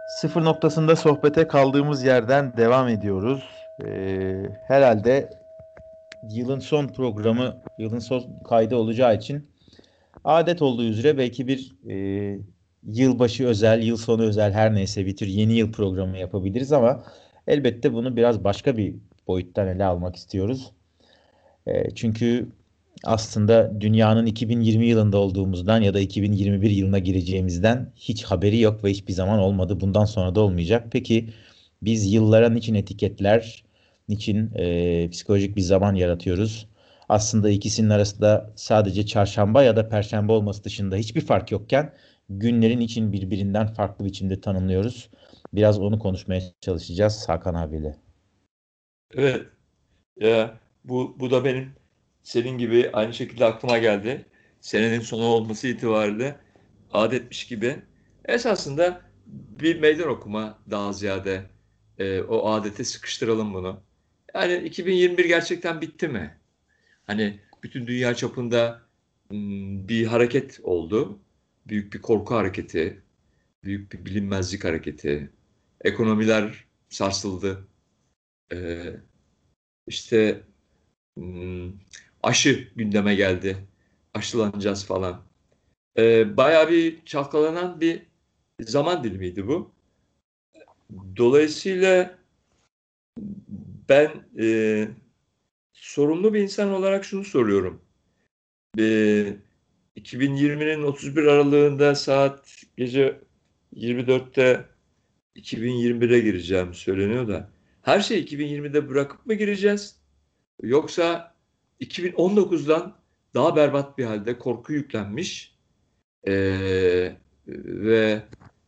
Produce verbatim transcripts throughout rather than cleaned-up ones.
Sıfır noktasında sohbete kaldığımız yerden devam ediyoruz. Ee, herhalde yılın son programı, yılın son kaydı olacağı için adet olduğu üzere belki bir e, yılbaşı özel, yıl sonu özel her neyse bir tür yeni yıl programı yapabiliriz ama elbette bunu biraz başka bir boyuttan ele almak istiyoruz. E, çünkü aslında dünyanın iki bin yirmi yılında olduğumuzdan ya da iki bin yirmi bir yılına gireceğimizden hiç haberi yok ve hiçbir zaman olmadı. Bundan sonra da olmayacak. Peki biz yıllara niçin etiketler, niçin e, psikolojik bir zaman yaratıyoruz? Aslında ikisinin arasında sadece çarşamba ya da perşembe olması dışında hiçbir fark yokken günlerin için birbirinden farklı biçimde tanımlıyoruz. Biraz onu konuşmaya çalışacağız Hakan abiyle. Evet, ya bu bu da benim senin gibi aynı şekilde aklıma geldi. Senenin sonu olması itibariyle adetmiş gibi. Esasında bir meydan okuma daha ziyade e, o adete sıkıştıralım bunu. Yani iki bin yirmi bir gerçekten bitti mi? Hani bütün dünya çapında m, bir hareket oldu. Büyük bir korku hareketi, büyük bir bilinmezlik hareketi. Ekonomiler sarsıldı. E, işte Hmm, aşı gündeme geldi. Aşılanacağız falan. Ee, bayağı bir çalkalanan bir zaman dilimiydi bu. Dolayısıyla ben e, sorumlu bir insan olarak şunu soruyorum. Ee, iki bin yirminin otuz bir aralığında saat gece yirmi dörtte iki bin yirmi bire gireceğim söyleniyor da. Her şeyi iki bin yirmide bırakıp mı gireceğiz? Yoksa iki bin on dokuzdan daha berbat bir halde korku yüklenmiş Ee, ve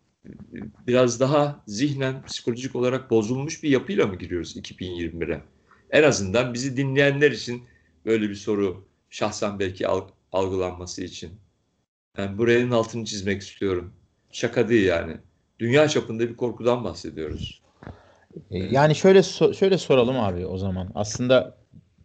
biraz daha zihnen, psikolojik olarak bozulmuş bir yapıyla mı giriyoruz iki bin yirmi bire? En azından bizi dinleyenler için böyle bir soru şahsen belki alg- algılanması için. Ben buranın altını çizmek istiyorum. Şaka değil yani. Dünya çapında bir korkudan bahsediyoruz. E, Ee, Yani şöyle so- şöyle soralım abi o zaman. Aslında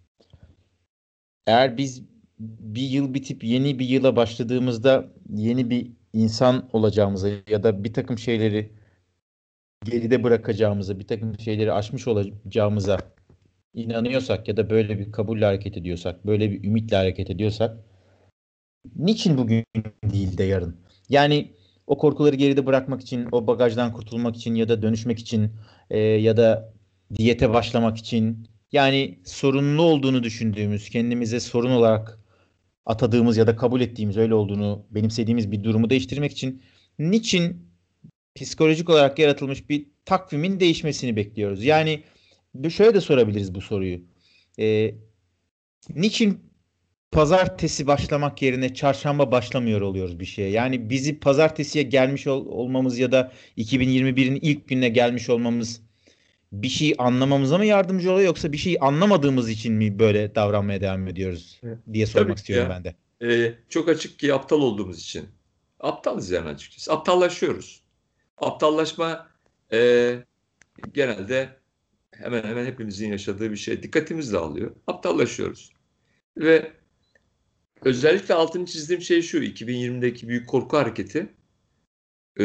eğer biz bir yıl bitip yeni bir yıla başladığımızda yeni bir insan olacağımıza ya da bir takım şeyleri geride bırakacağımıza, bir takım şeyleri aşmış olacağımıza inanıyorsak ya da böyle bir kabulle hareket ediyorsak, böyle bir ümitle hareket ediyorsak, niçin bugün değil de yarın? Yani o korkuları geride bırakmak için, o bagajdan kurtulmak için ya da dönüşmek için e, ya da diyete başlamak için yani sorunlu olduğunu düşündüğümüz, kendimize sorun olarak atadığımız ya da kabul ettiğimiz öyle olduğunu benimsediğimiz bir durumu değiştirmek için niçin psikolojik olarak yaratılmış bir takvimin değişmesini bekliyoruz? Yani bu- şöyle de sorabiliriz bu soruyu. Ee, Niçin pazartesi başlamak yerine çarşamba başlamıyor oluyoruz bir şeye? Yani bizi pazartesiye gelmiş ol- olmamız ya da iki bin yirmi birin ilk gününe gelmiş olmamız bir şey anlamamıza mı yardımcı oluyor yoksa bir şey anlamadığımız için mi böyle davranmaya devam ediyoruz Evet. diye sormak Tabii ki istiyorum ya. ben de. Ee, çok açık ki aptal olduğumuz için. Aptalız yani açıkçası. Aptallaşıyoruz. Aptallaşma e, genelde hemen hemen hepimizin yaşadığı bir şey. Dikkatimiz dağılıyor. Aptallaşıyoruz. Ve özellikle altını çizdiğim şey şu. iki bin yirmideki büyük korku hareketi e,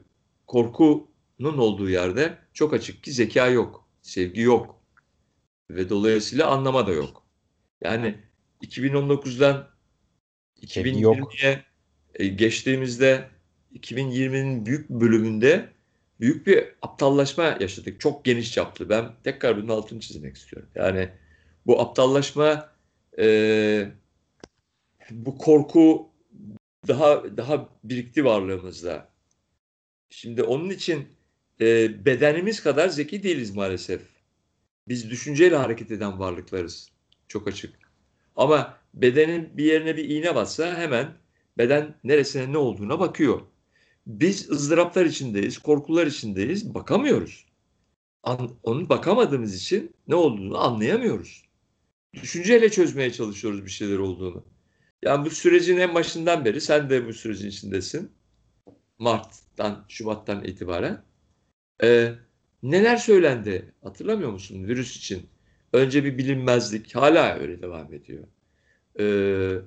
korkunun olduğu yerde çok açık ki zeka yok. Sevgi yok. Ve dolayısıyla anlama da yok. Yani iki bin on dokuzdan Sevgi yok. iki bin yirmiye e, geçtiğimizde iki bin yirminin büyük bölümünde büyük bir aptallaşma yaşadık. Çok geniş çaplı. Ben tekrar bunun altını çizmek istiyorum. Yani bu aptallaşma e, bu korku daha daha birikti varlığımızda. Şimdi onun için e, bedenimiz kadar zeki değiliz maalesef. Biz düşünceyle hareket eden varlıklarız. Çok açık. Ama bedenin bir yerine bir iğne bassa hemen beden neresine ne olduğuna bakıyor. Biz ızdıraplar içindeyiz, korkular içindeyiz, bakamıyoruz. An, onun bakamadığımız için ne olduğunu anlayamıyoruz. Düşünceyle çözmeye çalışıyoruz bir şeyler olduğunu. Yani bu sürecin en başından beri sen de bu sürecin içindesin. Mart'tan, Şubat'tan itibaren. Ee, neler söylendi hatırlamıyor musun virüs için? Önce bir bilinmezlik, hala öyle devam ediyor. Ee,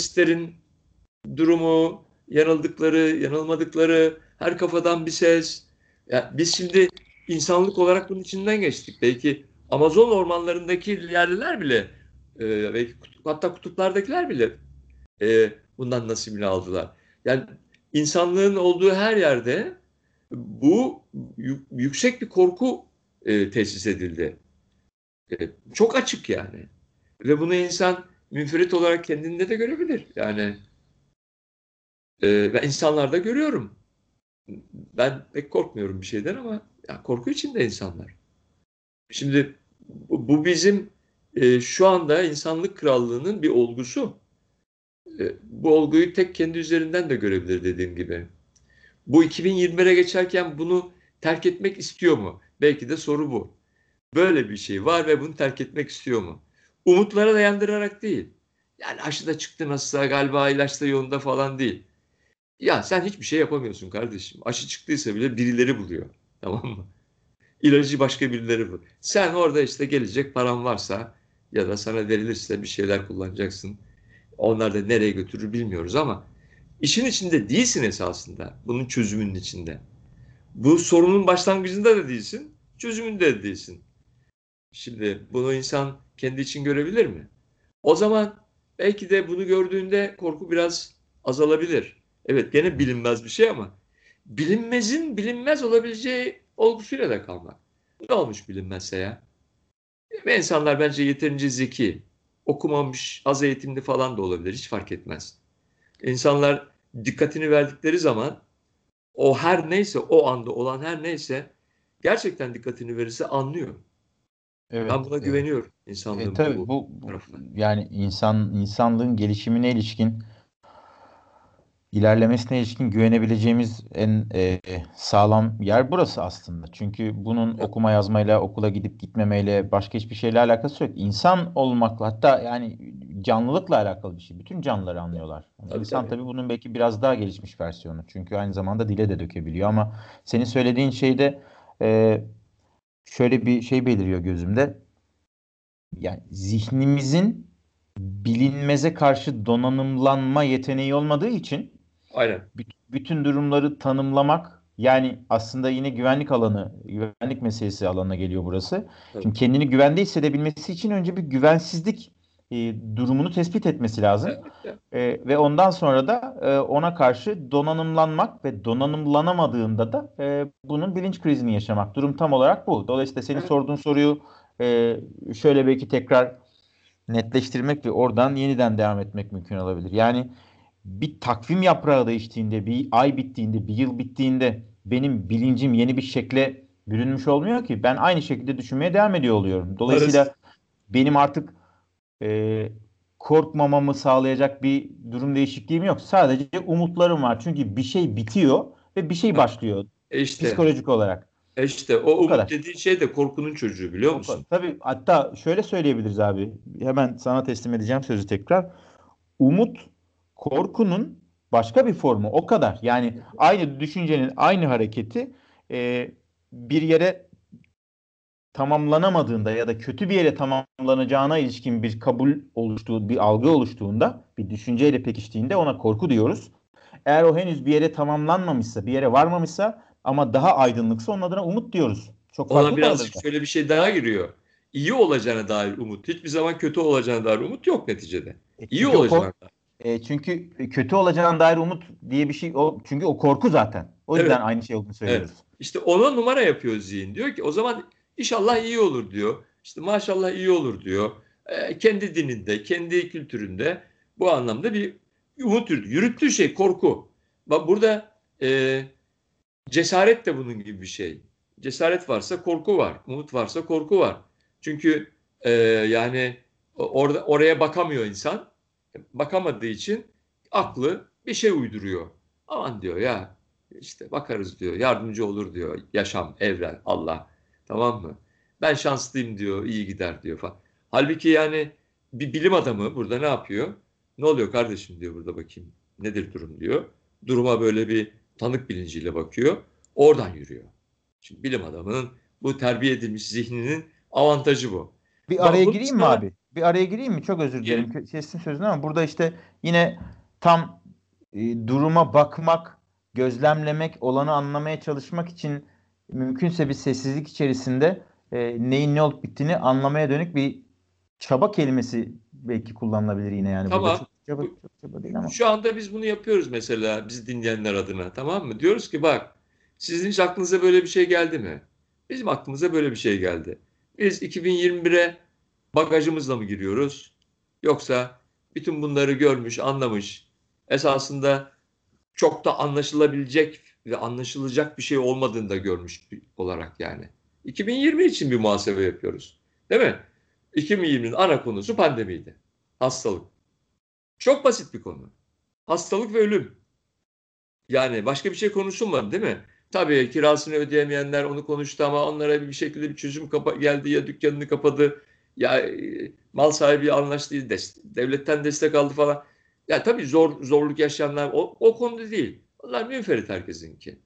testlerin durumu, yanıldıkları, yanılmadıkları, her kafadan bir ses. Ya biz şimdi insanlık olarak bunun içinden geçtik. Belki Amazon ormanlarındaki yerliler bile, e, belki kutup- hatta kutuplardakiler bile e, bundan nasibini aldılar. Yani insanlığın olduğu her yerde bu yü- yüksek bir korku e, tesis edildi. E, çok açık yani. Ve bunu insan münferit olarak kendinde de görebilir. Yani e, ben insanlarda görüyorum. Ben pek korkmuyorum bir şeyden ama ya korku içinde insanlar. Şimdi bu, bu bizim e, şu anda insanlık krallığının bir olgusu. E, bu olguyu tek kendi üzerinden de görebilir dediğim gibi. Bu iki bin yirmi bire geçerken bunu terk etmek istiyor mu? Belki de soru bu. Böyle bir şey var ve bunu terk etmek istiyor mu? Umutlara dayandırarak değil. Yani aşı da çıktı nasılsa galiba ilaç da yolunda falan değil. Ya sen hiçbir şey yapamıyorsun kardeşim. Aşı çıktıysa bile birileri buluyor. Tamam mı? İlacı başka birileri buluyor. Sen orada işte gelecek paran varsa ya da sana verilirse bir şeyler kullanacaksın. Onlar da nereye götürür bilmiyoruz ama işin içinde değilsin esasında. Bunun çözümünün içinde. Bu sorunun başlangıcında da değilsin, çözümünde de değilsin. Şimdi bunu insan kendi için görebilir mi? O zaman belki de bunu gördüğünde korku biraz azalabilir. Evet, gene bilinmez bir şey ama bilinmezin bilinmez olabileceği olgusuyla da kalmak. Ne olmuş bilinmezse ya? Ve insanlar bence yeterince zeki, okumamış, az eğitimli falan da olabilir, hiç fark etmez. İnsanlar dikkatini verdikleri zaman o her neyse, o anda olan her neyse gerçekten dikkatini verirse anlıyor. Evet. Ben buna E, güveniyorum e, insanlığın tabii bu bu, bu tarafına. yani insan insanlığın gelişimine ilişkin, ilerlemesine ilişkin güvenebileceğimiz en e, sağlam yer burası aslında. Çünkü bunun Tabii, okuma yazmayla, okula gidip gitmemeyle, başka hiçbir şeyle alakası yok. İnsan olmakla, hatta yani canlılıkla alakalı bir şey. Bütün canlıları anlıyorlar. Yani tabii. İnsan tabii. tabii bunun belki biraz daha gelişmiş versiyonu. Çünkü aynı zamanda dile de dökebiliyor ama senin söylediğin şeyde e, şöyle bir şey beliriyor gözümde. Yani zihnimizin bilinmeze karşı donanımlanma yeteneği olmadığı için Aynen. büt- bütün durumları tanımlamak, yani aslında yine güvenlik alanı, güvenlik meselesi alanına geliyor burası. Tabii. Şimdi kendini güvende hissedebilmesi için önce bir güvensizlik e, durumunu tespit etmesi lazım. Evet, evet. E, ve ondan sonra da e, ona karşı donanımlanmak ve donanımlanamadığında da e, bunun bilinç krizini yaşamak. Durum tam olarak bu. Dolayısıyla senin Evet. sorduğun soruyu e, şöyle belki tekrar netleştirmek ve oradan yeniden devam etmek mümkün olabilir. Yani bir takvim yaprağı değiştiğinde, bir ay bittiğinde, bir yıl bittiğinde benim bilincim yeni bir şekle bürünmüş olmuyor ki. Ben aynı şekilde düşünmeye devam ediyor oluyorum. Maalesef. Dolayısıyla benim artık e, korkmamamı sağlayacak bir durum değişikliğim yok. Sadece umutlarım var. Çünkü bir şey bitiyor ve bir şey başlıyor E işte, psikolojik olarak. e işte o Bu umut kadar. dediğin şey de korkunun çocuğu biliyor O kadar. musun? Tabii, hatta şöyle söyleyebiliriz abi. Hemen sana teslim edeceğim sözü tekrar. Umut korkunun başka bir formu. O kadar. Yani aynı düşüncenin aynı hareketi e, bir yere tamamlanamadığında ya da kötü bir yere tamamlanacağına ilişkin bir kabul oluştuğu, bir algı oluştuğunda, bir düşünceyle pekiştiğinde ona korku diyoruz. Eğer o henüz bir yere tamamlanmamışsa, bir yere varmamışsa ama daha aydınlıksa onun adına umut diyoruz. Çok fark Ona yok birazcık aralarında. şöyle bir şey daha giriyor. İyi olacağına dair umut. Hiçbir zaman kötü olacağına dair umut yok neticede. E İyi çünkü o olacağına kork dair. e çünkü kötü olacağına dair umut diye bir şey, o çünkü o korku zaten. O yüzden Evet, aynı şey olduğunu evet. söylüyoruz. İşte ona numara yapıyor zihin. Diyor ki o zaman inşallah iyi olur diyor. İşte maşallah iyi olur diyor. Ee, kendi dininde, kendi kültüründe bu anlamda bir umut yürütüyor. Yürüttüğü şey korku. Bak burada e, cesaret de bunun gibi bir şey. Cesaret varsa korku var. Umut varsa korku var. Çünkü e, yani orada oraya bakamıyor insan. Bakamadığı için aklı bir şey uyduruyor. Aman diyor ya işte bakarız diyor. Yardımcı olur diyor. Yaşam, evren, Allah. Tamam mı? Ben şanslıyım diyor. İyi gider diyor falan. Halbuki yani bir bilim adamı burada ne yapıyor? Ne oluyor kardeşim diyor burada bakayım. Nedir durum diyor. Duruma böyle bir tanık bilinciyle bakıyor. Oradan yürüyor. Şimdi bilim adamının bu terbiye edilmiş zihninin avantajı bu. Bir Bak araya bunun gireyim mi sana abi? Bir araya gireyim mi? Çok özür dilerim. gelin. Kö- Kestim sözünü ama burada işte yine tam e, duruma bakmak, gözlemlemek, olanı anlamaya çalışmak için mümkünse bir sessizlik içerisinde e, neyin ne olup bittiğini anlamaya dönük bir çaba kelimesi belki kullanılabilir yine, yani burada Tamam. çok çaba, Bu, çok çaba değil ama. şu anda biz bunu yapıyoruz mesela bizi dinleyenler adına, tamam mı? Diyoruz ki bak, sizin hiç aklınıza böyle bir şey geldi mi? Bizim aklımıza böyle bir şey geldi. Biz iki bin yirmi bire bagajımızla mı giriyoruz? Yoksa bütün bunları görmüş, anlamış, esasında çok da anlaşılabilecek ve anlaşılacak bir şey olmadığını da görmüş bir- olarak yani. iki bin yirmi için bir muhasebe yapıyoruz. Değil mi? iki bin yirminin ana konusu pandemiydi. Hastalık. Çok basit bir konu. Hastalık ve ölüm. Yani başka bir şey konuşulmadı değil mi? Tabii kirasını ödeyemeyenler onu konuştu ama onlara bir şekilde bir çözüm kapa geldi, ya dükkanını kapadı, ya e, mal sahibi anlaştı, des- devletten destek aldı falan. Ya tabii zor zorluk yaşayanlar o, o konuda değil. Onlar münferit herkesinki.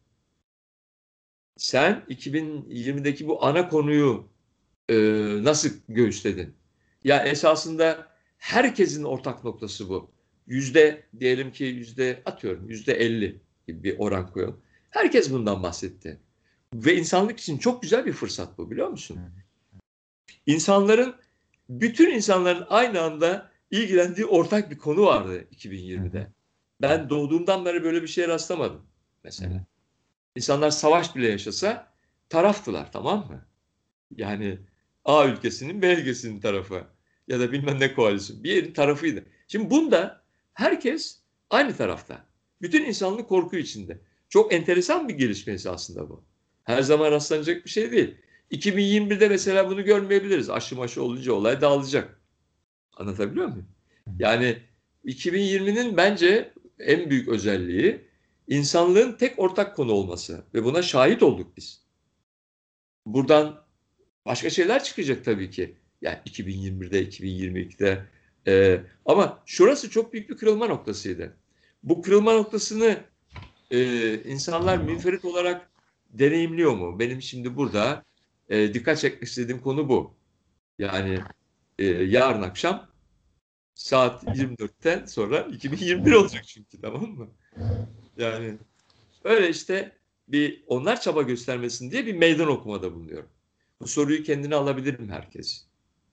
Sen iki bin yirmideki bu ana konuyu e, nasıl göğüsledin? Ya esasında herkesin ortak noktası bu. Yüzde diyelim ki yüzde atıyorum yüzde elli gibi bir oran koyalım. Herkes bundan bahsetti. Ve insanlık için çok güzel bir fırsat bu, biliyor musun? İnsanların, bütün insanların aynı anda ilgilendiği ortak bir konu vardı Hı hı. iki bin yirmide. Ben doğduğumdan beri böyle bir şeye rastlamadım Hı hı. mesela. İnsanlar savaş bile yaşasa taraftılar, tamam mı? Yani A ülkesinin B ülkesinin tarafı ya da bilmem ne koalisyon bir yerin tarafıydı. Şimdi bunda herkes aynı tarafta. Bütün insanlık korku içinde. Çok enteresan bir gelişme aslında bu. Her zaman rastlanacak bir şey değil. iki bin yirmi birde mesela bunu görmeyebiliriz. Aşı maşı olunca olay dağılacak. Anlatabiliyor muyum? Yani iki bin yirminin bence en büyük özelliği insanlığın tek ortak konu olması ve buna şahit olduk biz. Buradan başka şeyler çıkacak tabii ki. Yani iki bin yirmi birde, iki bin yirmi ikide. Ee, ama şurası çok büyük bir kırılma noktasıydı. Bu kırılma noktasını e, insanlar münferit olarak deneyimliyor mu? Benim şimdi burada e, dikkat çekmek istediğim konu bu. Yani e, yarın akşam saat yirmi dörtten sonra iki bin yirmi bir olacak çünkü, tamam mı? Yani öyle işte, bir onlar çaba göstermesin diye bir meydan okumada bulunuyorum. Bu soruyu kendine alabilir mi herkes?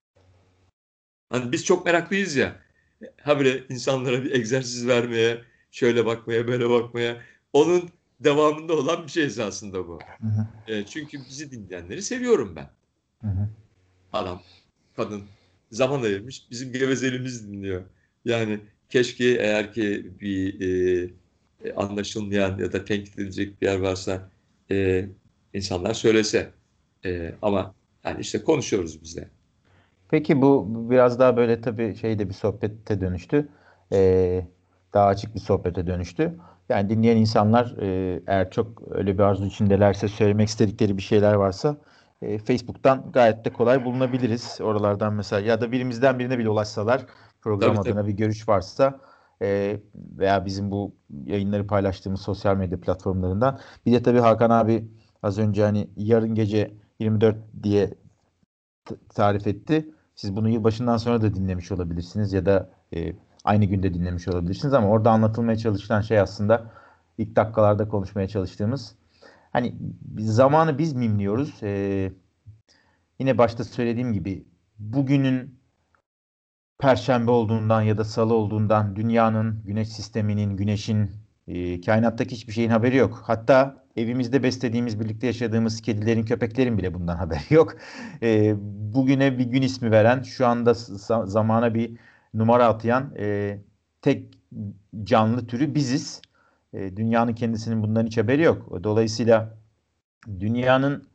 Hani biz çok meraklıyız ya. Habire insanlara bir egzersiz vermeye, şöyle bakmaya, böyle bakmaya. Onun devamında olan bir şey esasında bu. Hı hı. E, çünkü bizi dinleyenleri seviyorum ben. Hı hı. Adam, kadın zaman ayırmış, bizim gevezeliğimizi dinliyor. Yani keşke eğer ki bir e, e, anlaşılmayan ya da tenkit edilecek bir yer varsa e, insanlar söylese. E, ama yani işte konuşuyoruz biz de. Peki bu biraz daha böyle tabii şeyde bir sohbete dönüştü. Ee, Daha açık bir sohbete dönüştü. Yani dinleyen insanlar e, eğer çok öyle bir arzu içindelerse, söylemek istedikleri bir şeyler varsa e, Facebook'tan gayet de kolay bulunabiliriz. Oralardan mesela, ya da birimizden birine bile ulaşsalar, program Tabii tabii. adına bir görüş varsa e, veya bizim bu yayınları paylaştığımız sosyal medya platformlarından. Bir de tabii Hakan abi az önce hani yarın gece yirmi dört diye t- tarif etti. Siz bunu yılbaşından sonra da dinlemiş olabilirsiniz ya da e, aynı günde dinlemiş olabilirsiniz, ama orada anlatılmaya çalışılan şey aslında ilk dakikalarda konuşmaya çalıştığımız, hani biz- zamanı biz mimliyoruz. E, yine başta söylediğim gibi bugünün Perşembe olduğundan ya da Salı olduğundan dünyanın, Güneş sisteminin, Güneş'in, e, kainattaki hiçbir şeyin haberi yok. Hatta evimizde beslediğimiz, birlikte yaşadığımız kedilerin, köpeklerin bile bundan haberi yok. E, Bugüne bir gün ismi veren, şu anda z- zamana bir numara atayan e, tek canlı türü biziz. E, dünyanın kendisinin bundan hiç haberi yok. Dolayısıyla dünyanın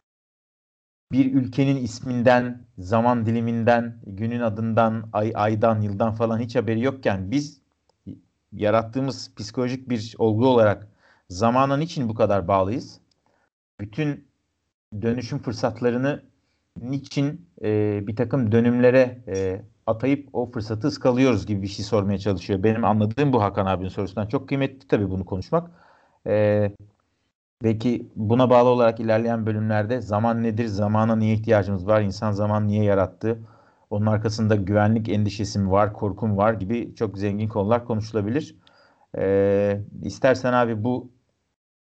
bir ülkenin isminden, zaman diliminden, günün adından, ay, aydan, yıldan falan hiç haberi yokken, biz yarattığımız psikolojik bir olgu olarak zamana niçin bu kadar bağlıyız? Bütün dönüşüm fırsatlarını niçin e, bir takım dönümlere e, atayıp o fırsatı ıskalıyoruz gibi bir şey sormaya çalışıyor. Benim anladığım bu, Hakan abinin sorusundan. Çok kıymetli tabii bunu konuşmak. E, Belki buna bağlı olarak ilerleyen bölümlerde zaman nedir, zamana niye ihtiyacımız var, insan zaman niye yarattı, onun arkasında güvenlik endişesi mi var, korku mu var gibi çok zengin konular konuşulabilir. Ee, istersen abi bu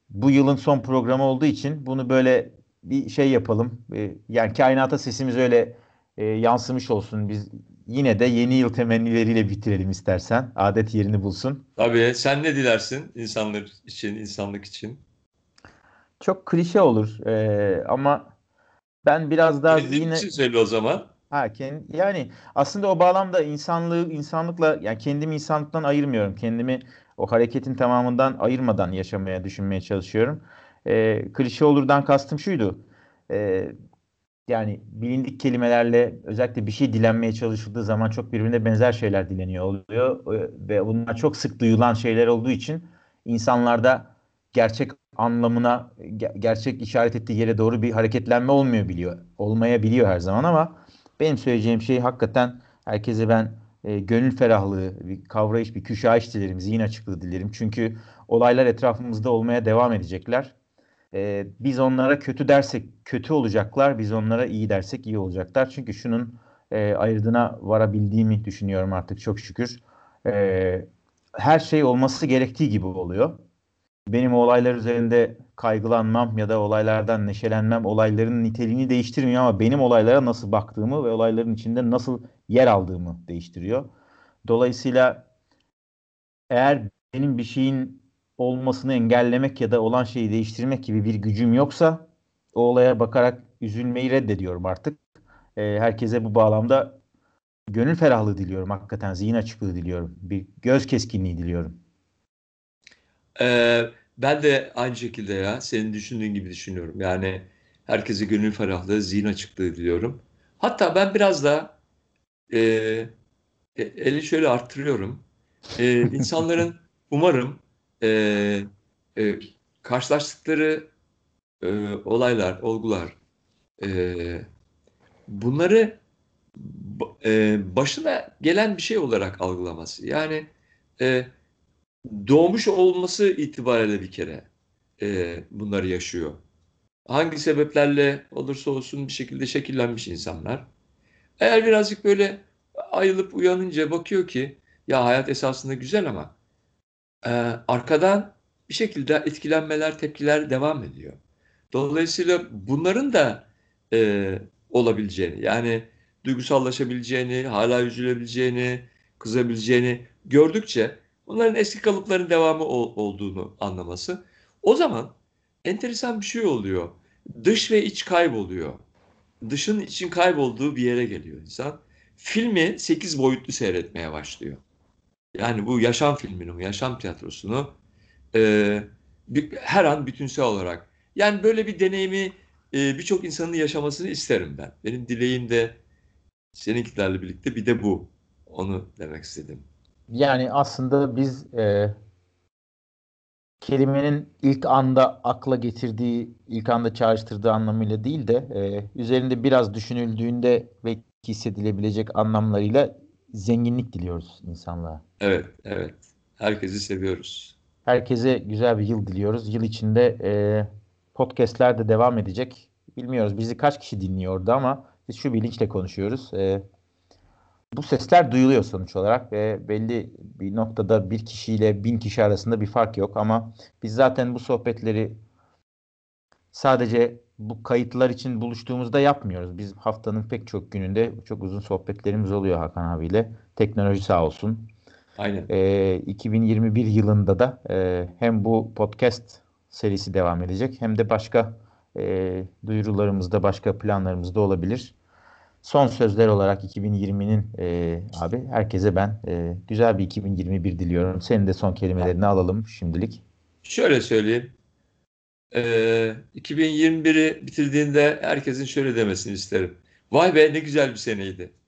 bu yılın son programı olduğu için bunu böyle bir şey yapalım. E, yani kainata sesimiz öyle e, yansımış olsun. Biz yine de yeni yıl temennileriyle bitirelim istersen. Adet yerini bulsun. Tabii sen ne dilersin insanlar için, insanlık için? Çok klişe olur e, ama ben biraz daha Kendin zihni için söyle o zaman. hakim. Yani aslında o bağlamda insanlığı insanlıkla yani kendimi insanlıktan ayırmıyorum. Kendimi o hareketin tamamından ayırmadan yaşamaya, düşünmeye çalışıyorum. E, klişe olurdan kastım şuydu. E, Yani bilindik kelimelerle özellikle bir şey dilenmeye çalışıldığı zaman çok birbirine benzer şeyler dileniyor oluyor. E, Ve bunlar çok sık duyulan şeyler olduğu için insanlarda gerçek anlamına, ge- gerçek işaret ettiği yere doğru bir hareketlenme olmuyor biliyor. Olmayabiliyor her zaman ama benim söyleyeceğim şey hakikaten herkese ben e, gönül ferahlığı, bir kavrayış, bir küşayiş dilerim, zihin açıklığı dilerim. Çünkü olaylar etrafımızda olmaya devam edecekler. Ee, biz onlara kötü dersek kötü olacaklar, biz onlara iyi dersek iyi olacaklar. Çünkü şunun e, ayırdına varabildiğimi düşünüyorum artık çok şükür. Ee, Her şey olması gerektiği gibi oluyor. Benim o olaylar üzerinde kaygılanmam ya da olaylardan neşelenmem olayların niteliğini değiştirmiyor ama benim olaylara nasıl baktığımı ve olayların içinde nasıl yer aldığımı değiştiriyor. Dolayısıyla eğer benim bir şeyin olmasını engellemek ya da olan şeyi değiştirmek gibi bir gücüm yoksa o olaya bakarak üzülmeyi reddediyorum artık. Ee, herkese bu bağlamda gönül ferahlığı diliyorum. Hakikaten zihin açıklığı diliyorum. Bir göz keskinliği diliyorum. Ee, Ben de aynı şekilde ya senin düşündüğün gibi düşünüyorum. Yani herkese gönül ferahlığı, zihin açıklığı diliyorum. Hatta ben biraz da e, e, eli şöyle arttırıyorum. E, insanların umarım e, e, karşılaştıkları e, olaylar, olgular, e, bunları ba- e, başına gelen bir şey olarak algılaması. Yani e, doğmuş olması itibariyle bir kere e, bunları yaşıyor. Hangi sebeplerle olursa olsun bir şekilde şekillenmiş insanlar. Eğer birazcık böyle ayılıp uyanınca bakıyor ki ya hayat esasında güzel ama e, arkadan bir şekilde etkilenmeler, tepkiler devam ediyor. Dolayısıyla bunların da e, olabileceğini, yani duygusallaşabileceğini, hala üzülebileceğini, kızabileceğini gördükçe bunların eski kalıpların devamı ol- olduğunu anlaması. O zaman enteresan bir şey oluyor. Dış ve iç kayboluyor. Dışın için kaybolduğu bir yere geliyor insan. Filmi sekiz boyutlu seyretmeye başlıyor. Yani bu yaşam filmini, yaşam tiyatrosunu e, bir- her an bütünsel olarak. Yani böyle bir deneyimi e, birçok insanın yaşamasını isterim ben. Benim dileğim de seninkilerle birlikte bir de bu. Onu demek istedim. Yani aslında biz e, kelimenin ilk anda akla getirdiği, ilk anda çağrıştırdığı anlamıyla değil de e, üzerinde biraz düşünüldüğünde ve hissedilebilecek anlamlarıyla zenginlik diliyoruz insanlığa. Evet, evet. Herkesi seviyoruz. Herkese güzel bir yıl diliyoruz. Yıl içinde e, podcastler de devam edecek. Bilmiyoruz bizi kaç kişi dinliyordu ama biz şu bilinçle konuşuyoruz. E, bu sesler duyuluyor sonuç olarak ve belli bir noktada bir kişiyle bin kişi arasında bir fark yok ama biz zaten bu sohbetleri sadece bu kayıtlar için buluştuğumuzda yapmıyoruz. Biz haftanın pek çok gününde çok uzun sohbetlerimiz oluyor Hakan abiyle. Teknoloji sağ olsun. Aynen. Ee, iki bin yirmi bir yılında da e, hem bu podcast serisi devam edecek hem de başka e, duyurularımızda, başka planlarımızda olabilir. Son sözler olarak iki bin yirminin e, abi herkese ben e, güzel bir iki bin yirmi bir diliyorum. Senin de son kelimelerini alalım şimdilik. Şöyle söyleyeyim. E, iki bin yirmi biri bitirdiğinde herkesin şöyle demesini isterim. Vay be ne güzel bir seneydi.